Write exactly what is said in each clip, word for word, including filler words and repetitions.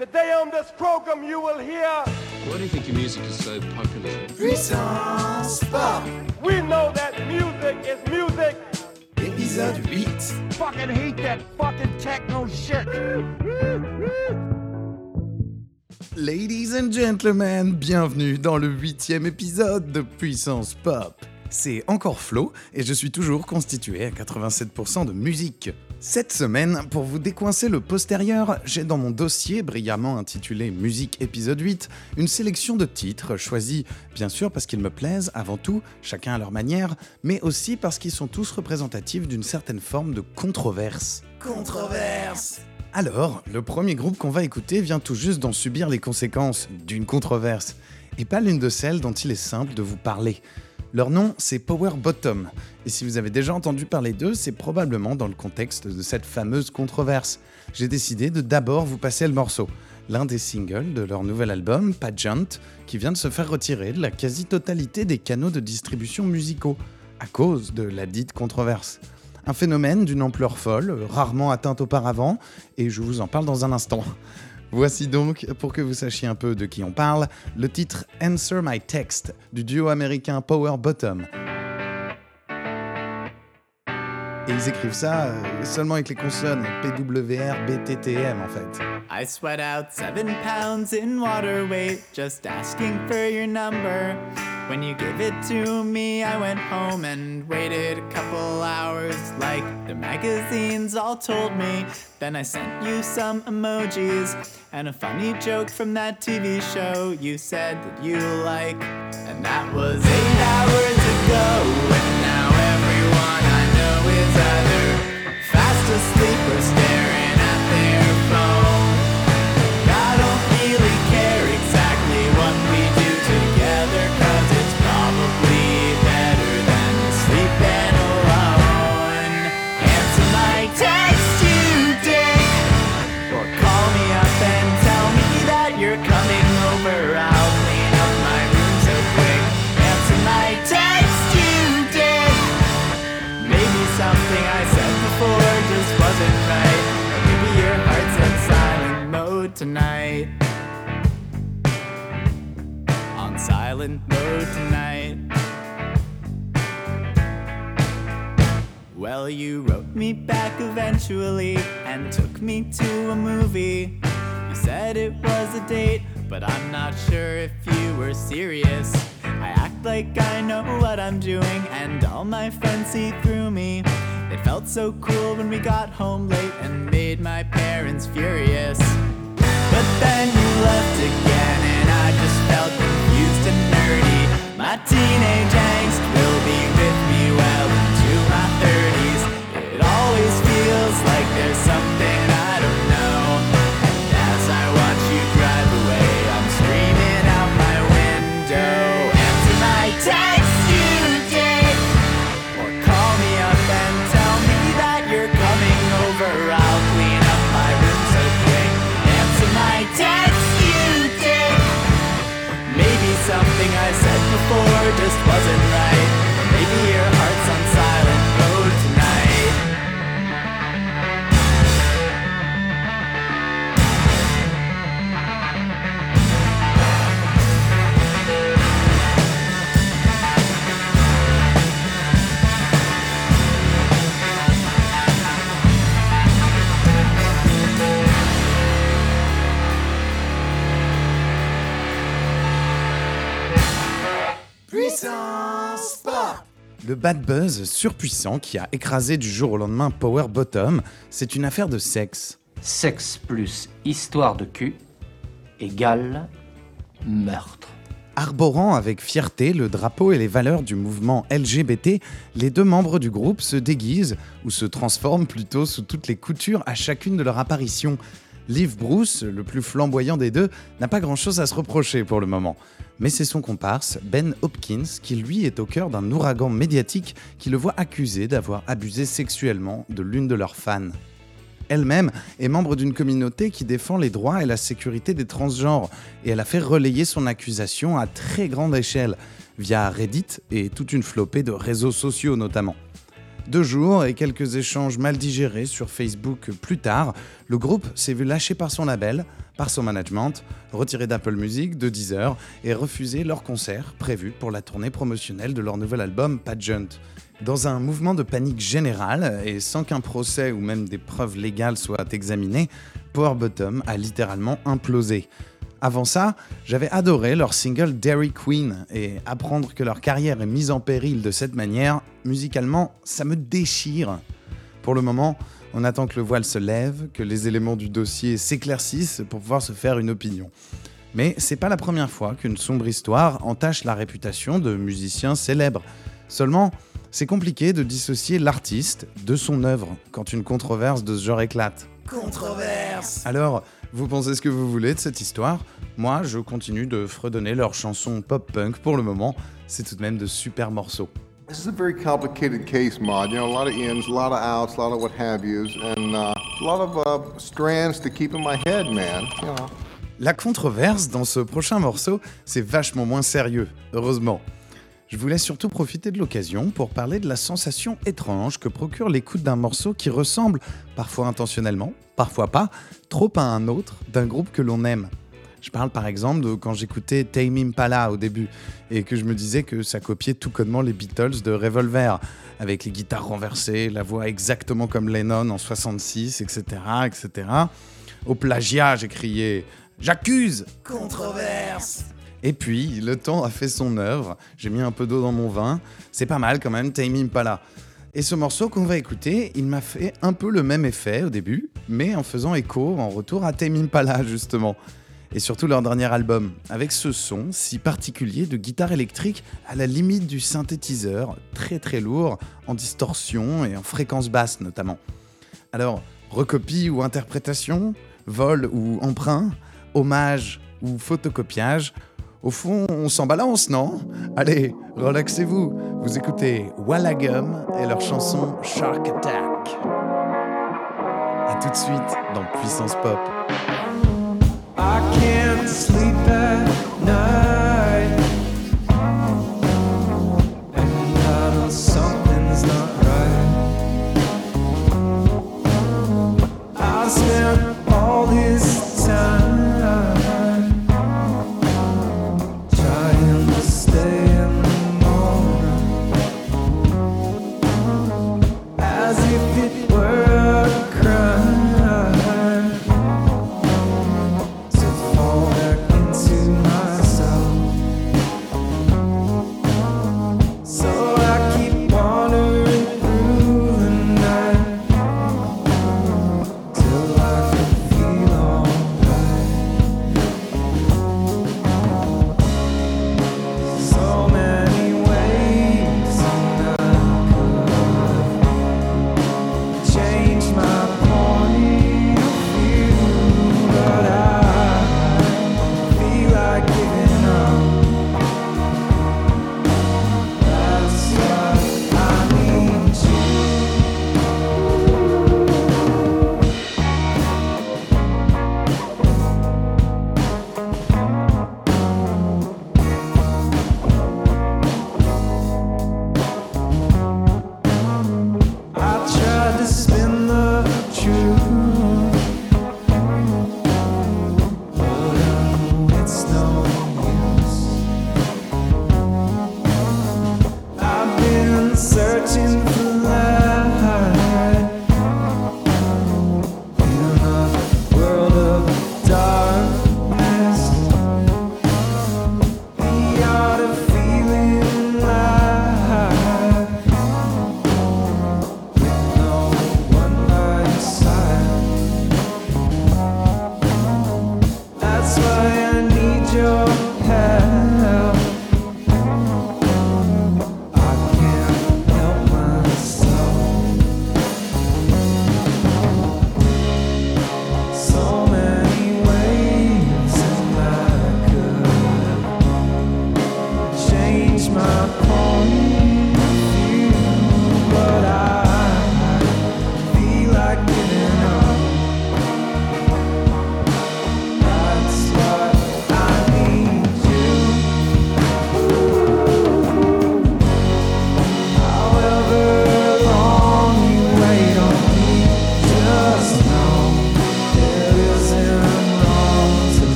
Today on this program you will hear. Why do you think your music is so popular? Puissance Pop. We know that music is music. Épisode huit. Fucking hate that fucking techno shit. Ladies and gentlemen, bienvenue dans le huitième épisode de Puissance Pop. C'est encore Flo et je suis toujours constitué à quatre-vingt-sept pour cent de musique. Cette semaine, pour vous décoincer le postérieur, j'ai dans mon dossier brillamment intitulé Musique épisode huit, une sélection de titres choisis bien sûr parce qu'ils me plaisent avant tout, chacun à leur manière, mais aussi parce qu'ils sont tous représentatifs d'une certaine forme de controverse. Controverse ! Alors, le premier groupe qu'on va écouter vient tout juste d'en subir les conséquences d'une controverse, et pas l'une de celles dont il est simple de vous parler. Leur nom, c'est Power Bottom, et si vous avez déjà entendu parler d'eux, c'est probablement dans le contexte de cette fameuse controverse. J'ai décidé de d'abord vous passer le morceau, l'un des singles de leur nouvel album, Pageant, qui vient de se faire retirer de la quasi-totalité des canaux de distribution musicaux, à cause de la dite controverse. Un phénomène d'une ampleur folle, rarement atteinte auparavant, et je vous en parle dans un instant. Voici donc, pour que vous sachiez un peu de qui on parle, le titre « Answer My Text » du duo américain Power Bottom. Et ils écrivent ça euh, seulement avec les consonnes P W R B T T M en fait. I sweat out seven pounds in water weight just asking for your number. When you gave it to me, I went home and waited a couple hours like the magazines all told me. Then I sent you some emojis and a funny joke from that T V show you said that you like. And that was eight hours ago, and now everyone I know is either fast asleep or staring at their phone. I don't really care exactly what we do together, 'cause it's probably better than sleeping alone. Answer my text, you dick, or call me up and tell me that you're coming over. I'll clean up my room so quick. Answer my text, you dick. Maybe something I said before just wasn't right, or maybe your heart's in silent mode tonight. On silent mode tonight. Well, you wrote me back eventually and took me to a movie. You said it was a date, but I'm not sure if you were serious. I act like I know what I'm doing, and all my friends see through me. It felt so cool when we got home late and made my parents furious. But then you left again and I just felt confused and nerdy. My teenage angst will be with me well into my thirties. It always feels like there's something I don't know. And as I watch you drive away, I'm screaming out my window. Answer my text, you dick, or call me up and tell me that you're coming over. I'll clean up my room so quick. Answer my text, you dick. Maybe something I said before just wasn't right. Or maybe your heart's on silent mode tonight. Puissance Pop. Le bad buzz surpuissant qui a écrasé du jour au lendemain Power Bottom, c'est une affaire de sexe. Sexe plus histoire de cul égale meurtre. Arborant avec fierté le drapeau et les valeurs du mouvement L G B T, les deux membres du groupe se déguisent, ou se transforment plutôt sous toutes les coutures à chacune de leurs apparitions. Liv Bruce, le plus flamboyant des deux, n'a pas grand-chose à se reprocher pour le moment. Mais c'est son comparse, Ben Hopkins, qui lui est au cœur d'un ouragan médiatique qui le voit accusé d'avoir abusé sexuellement de l'une de leurs fans. Elle-même est membre d'une communauté qui défend les droits et la sécurité des transgenres, et elle a fait relayer son accusation à très grande échelle, via Reddit et toute une flopée de réseaux sociaux notamment. Deux jours et quelques échanges mal digérés sur Facebook plus tard, le groupe s'est vu lâché par son label, par son management, retiré d'Apple Music, de Deezer et refusé leur concert prévu pour la tournée promotionnelle de leur nouvel album Pageant. Dans un mouvement de panique générale et sans qu'un procès ou même des preuves légales soient examinées, Power Bottom a littéralement implosé. Avant ça, j'avais adoré leur single Dairy Queen et apprendre que leur carrière est mise en péril de cette manière, musicalement, ça me déchire. Pour le moment, on attend que le voile se lève, que les éléments du dossier s'éclaircissent pour pouvoir se faire une opinion. Mais c'est pas la première fois qu'une sombre histoire entache la réputation de musiciens célèbres. Seulement, c'est compliqué de dissocier l'artiste de son œuvre quand une controverse de ce genre éclate. Controverse ! Alors, vous pensez ce que vous voulez de cette histoire ? Moi, je continue de fredonner leurs chansons pop-punk pour le moment. C'est tout de même de super morceaux. This is a very complicated case, Maud. You know, a lot of ins, a lot of outs, a lot of what have yous, and uh, a lot of uh, strands to keep in my head, man. You know. La controverse dans ce prochain morceau, c'est vachement moins sérieux, heureusement. Je voulais surtout profiter de l'occasion pour parler de la sensation étrange que procure l'écoute d'un morceau qui ressemble, parfois intentionnellement, parfois pas, trop à un autre d'un groupe que l'on aime. Je parle par exemple de quand j'écoutais Tame Impala au début et que je me disais que ça copiait tout connement les Beatles de Revolver, avec les guitares renversées, la voix exactement comme Lennon en soixante-six, et cetera, et cetera. Au plagiat, j'ai crié « J'accuse ! Controverse !» Et puis, le temps a fait son œuvre, j'ai mis un peu d'eau dans mon vin, c'est pas mal quand même, Tame Impala. Et ce morceau qu'on va écouter, il m'a fait un peu le même effet au début, mais en faisant écho en retour à Tame Impala justement. Et surtout leur dernier album, avec ce son si particulier de guitare électrique à la limite du synthétiseur, très très lourd, en distorsion et en fréquence basse notamment. Alors, recopie ou interprétation, vol ou emprunt, hommage ou photocopiage, au fond, on s'en balance, non ? Allez, relaxez-vous, vous écoutez Wallagum et leur chanson Shark Attack. A tout de suite dans Puissance Pop. I can't sleep at night, and I know something's not right. I spent all this time trying to stay in the moment, as if it were a crime.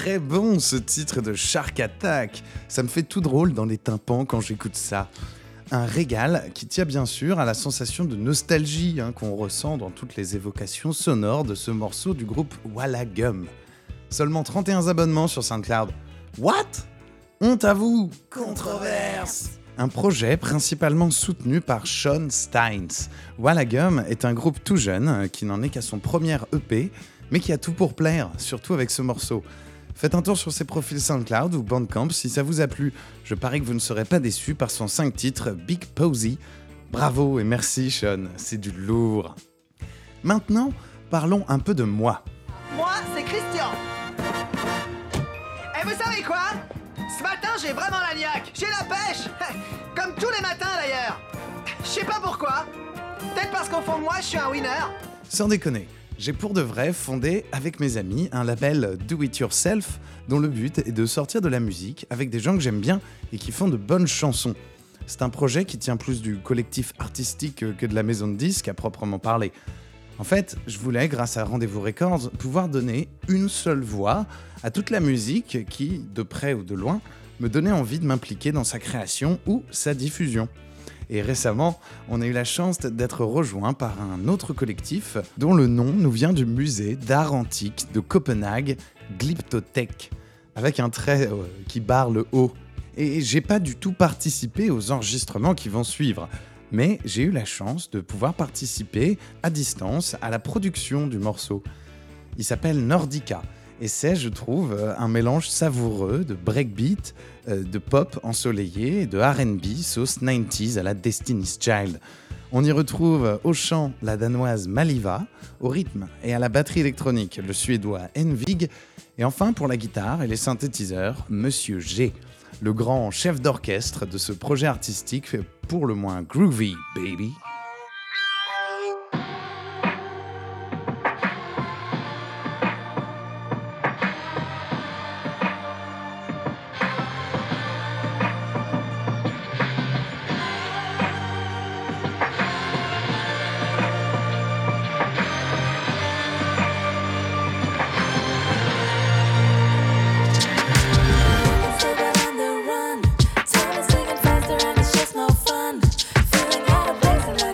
très bon ce titre de Shark Attack. Ça me fait tout drôle dans les tympans quand j'écoute ça. Un régal qui tient bien sûr à la sensation de nostalgie hein, qu'on ressent dans toutes les évocations sonores de ce morceau du groupe Walla Gum. Seulement trente et un abonnements sur SoundCloud. What ? Honte à vous ! Controverse ! Un projet principalement soutenu par Sean Steins. Walla Gum est un groupe tout jeune qui n'en est qu'à son premier E P, mais qui a tout pour plaire, surtout avec ce morceau. Faites un tour sur ses profils SoundCloud ou Bandcamp si ça vous a plu. Je parie que vous ne serez pas déçus par son cinq titres Big Posy. Bravo et merci Sean, c'est du lourd. Maintenant, parlons un peu de moi. Moi, c'est Christian. Et vous savez quoi ? Ce matin, j'ai vraiment la niaque. J'ai la pêche. Comme tous les matins d'ailleurs. Je sais pas pourquoi. Peut-être parce qu'au fond de moi, je suis un winner. Sans déconner, j'ai pour de vrai fondé avec mes amis un label Do It Yourself dont le but est de sortir de la musique avec des gens que j'aime bien et qui font de bonnes chansons. C'est un projet qui tient plus du collectif artistique que de la maison de disques à proprement parler. En fait, je voulais, grâce à Rendez-vous Records, pouvoir donner une seule voix à toute la musique qui, de près ou de loin, me donnait envie de m'impliquer dans sa création ou sa diffusion. Et récemment, on a eu la chance d'être rejoint par un autre collectif dont le nom nous vient du musée d'art antique de Copenhague, Glyptothek, avec un trait euh, qui barre le haut. Et j'ai pas du tout participé aux enregistrements qui vont suivre. Mais j'ai eu la chance de pouvoir participer à distance à la production du morceau. Il s'appelle Nordica et c'est, je trouve, un mélange savoureux de breakbeat, de pop ensoleillé et de R and B sauce quatre-vingt-dix à la Destiny's Child. On y retrouve au chant la danoise Maliva, au rythme et à la batterie électronique le suédois Envig et enfin pour la guitare et les synthétiseurs Monsieur G, le grand chef d'orchestre de ce projet artistique pour le moins groovy, baby. Time is ticking faster and it's just no fun. Feeling out of place and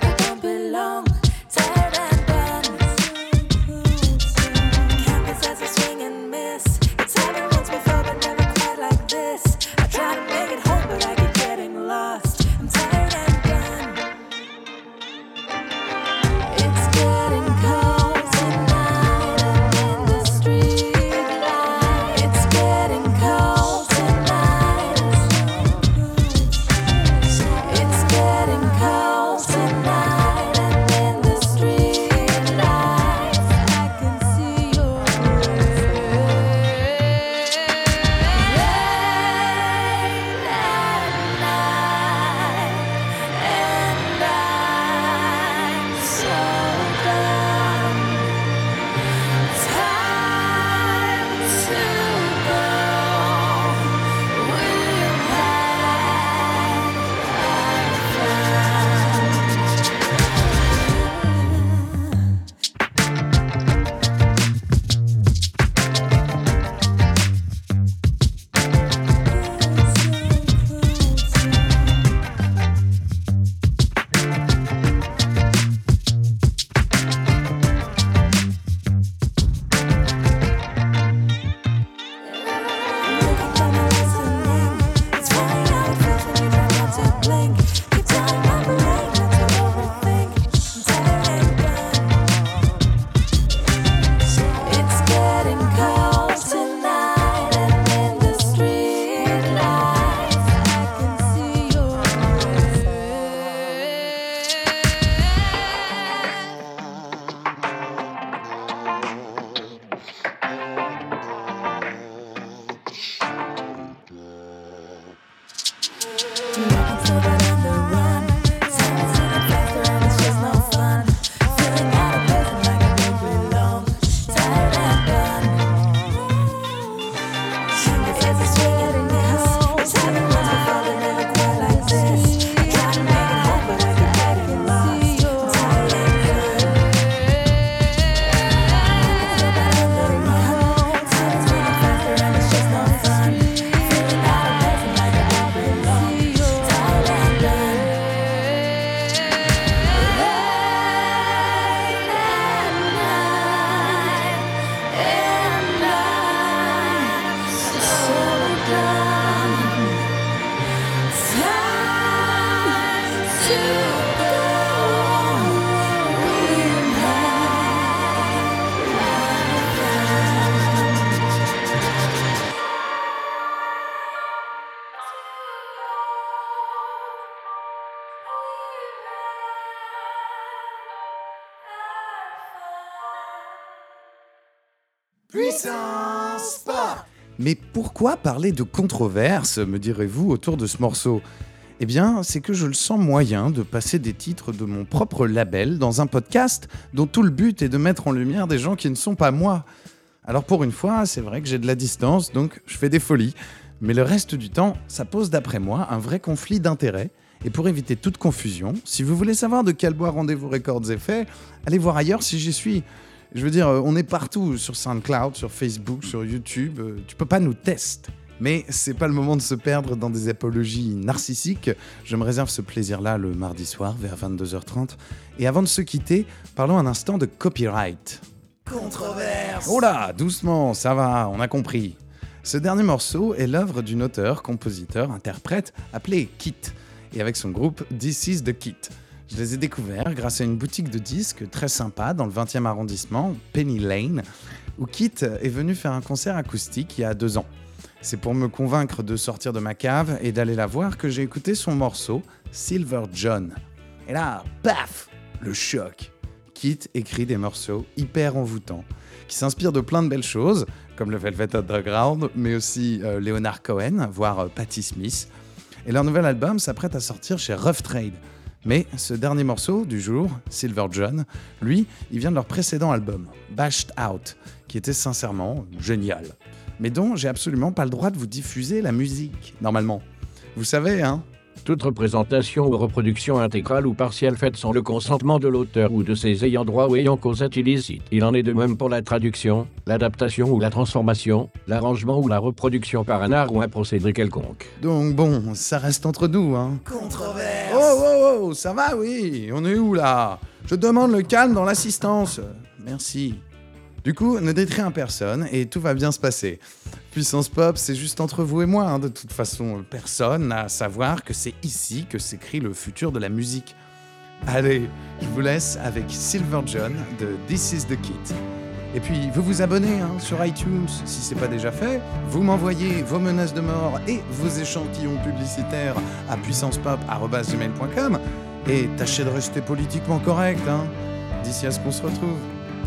Puissance Pop. Mais pourquoi parler de controverse, me direz-vous, autour de ce morceau ? Eh bien, c'est que je le sens moyen de passer des titres de mon propre label dans un podcast dont tout le but est de mettre en lumière des gens qui ne sont pas moi. Alors pour une fois, c'est vrai que j'ai de la distance, donc je fais des folies. Mais le reste du temps, ça pose d'après moi un vrai conflit d'intérêts. Et pour éviter toute confusion, si vous voulez savoir de quel bois Rendez-vous Records est fait, allez voir ailleurs si j'y suis. Je veux dire, on est partout, sur SoundCloud, sur Facebook, sur YouTube. Tu peux pas nous tester. Mais c'est pas le moment de se perdre dans des apologies narcissiques. Je me réserve ce plaisir-là le mardi soir vers vingt-deux heures trente. Et avant de se quitter, parlons un instant de copyright. Controverse. Oh là, doucement, ça va, on a compris. Ce dernier morceau est l'œuvre d'une auteure, compositeur, interprète appelée Kit, et avec son groupe This Is The Kit. Je les ai découverts grâce à une boutique de disques très sympa dans le vingtième arrondissement, Penny Lane, où Kit est venu faire un concert acoustique il y a deux ans. C'est pour me convaincre de sortir de ma cave et d'aller la voir que j'ai écouté son morceau Silver John. Et là, paf, le choc. Kit écrit des morceaux hyper envoûtants, qui s'inspirent de plein de belles choses, comme le Velvet Underground, mais aussi euh, Leonard Cohen, voire euh, Patti Smith. Et leur nouvel album s'apprête à sortir chez Rough Trade. Mais ce dernier morceau du jour, Silver John, lui, il vient de leur précédent album, Bashed Out, qui était sincèrement génial, mais dont j'ai absolument pas le droit de vous diffuser la musique, normalement. Vous savez, hein ? Toute représentation ou reproduction intégrale ou partielle faite sans le consentement de l'auteur ou de ses ayants droit ou ayant cause est illicite. Il en est de même pour la traduction, l'adaptation ou la transformation, l'arrangement ou la reproduction par un art ou un procédé quelconque. Donc bon, ça reste entre nous, hein. Controverse. Oh, oh, oh, ça va, oui. On est où, là ? Je demande le calme dans l'assistance. Merci. Du coup, ne dites rien à personne et tout va bien se passer. Puissance Pop, c'est juste entre vous et moi. Hein. De toute façon, personne n'a à savoir que c'est ici que s'écrit le futur de la musique. Allez, je vous laisse avec Silver John de This Is The Kit. Et puis, vous vous abonnez hein, sur iTunes, si c'est pas déjà fait. Vous m'envoyez vos menaces de mort et vos échantillons publicitaires à puissancepop arobase gmail point com. Et tâchez de rester politiquement correct. Hein. D'ici à ce qu'on se retrouve.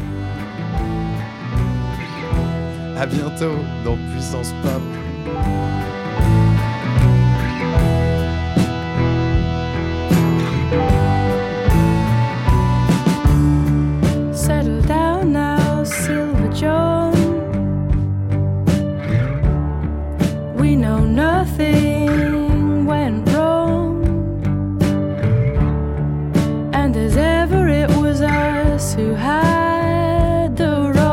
À bientôt dans Puissance Pop. Settle down now, Silver John. We know nothing went wrong, and as ever it was us who had the wrong.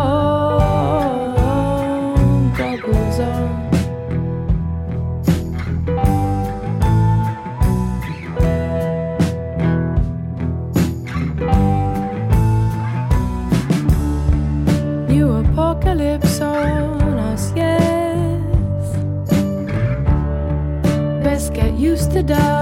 Apocalypse on us, yes. Best get used to die.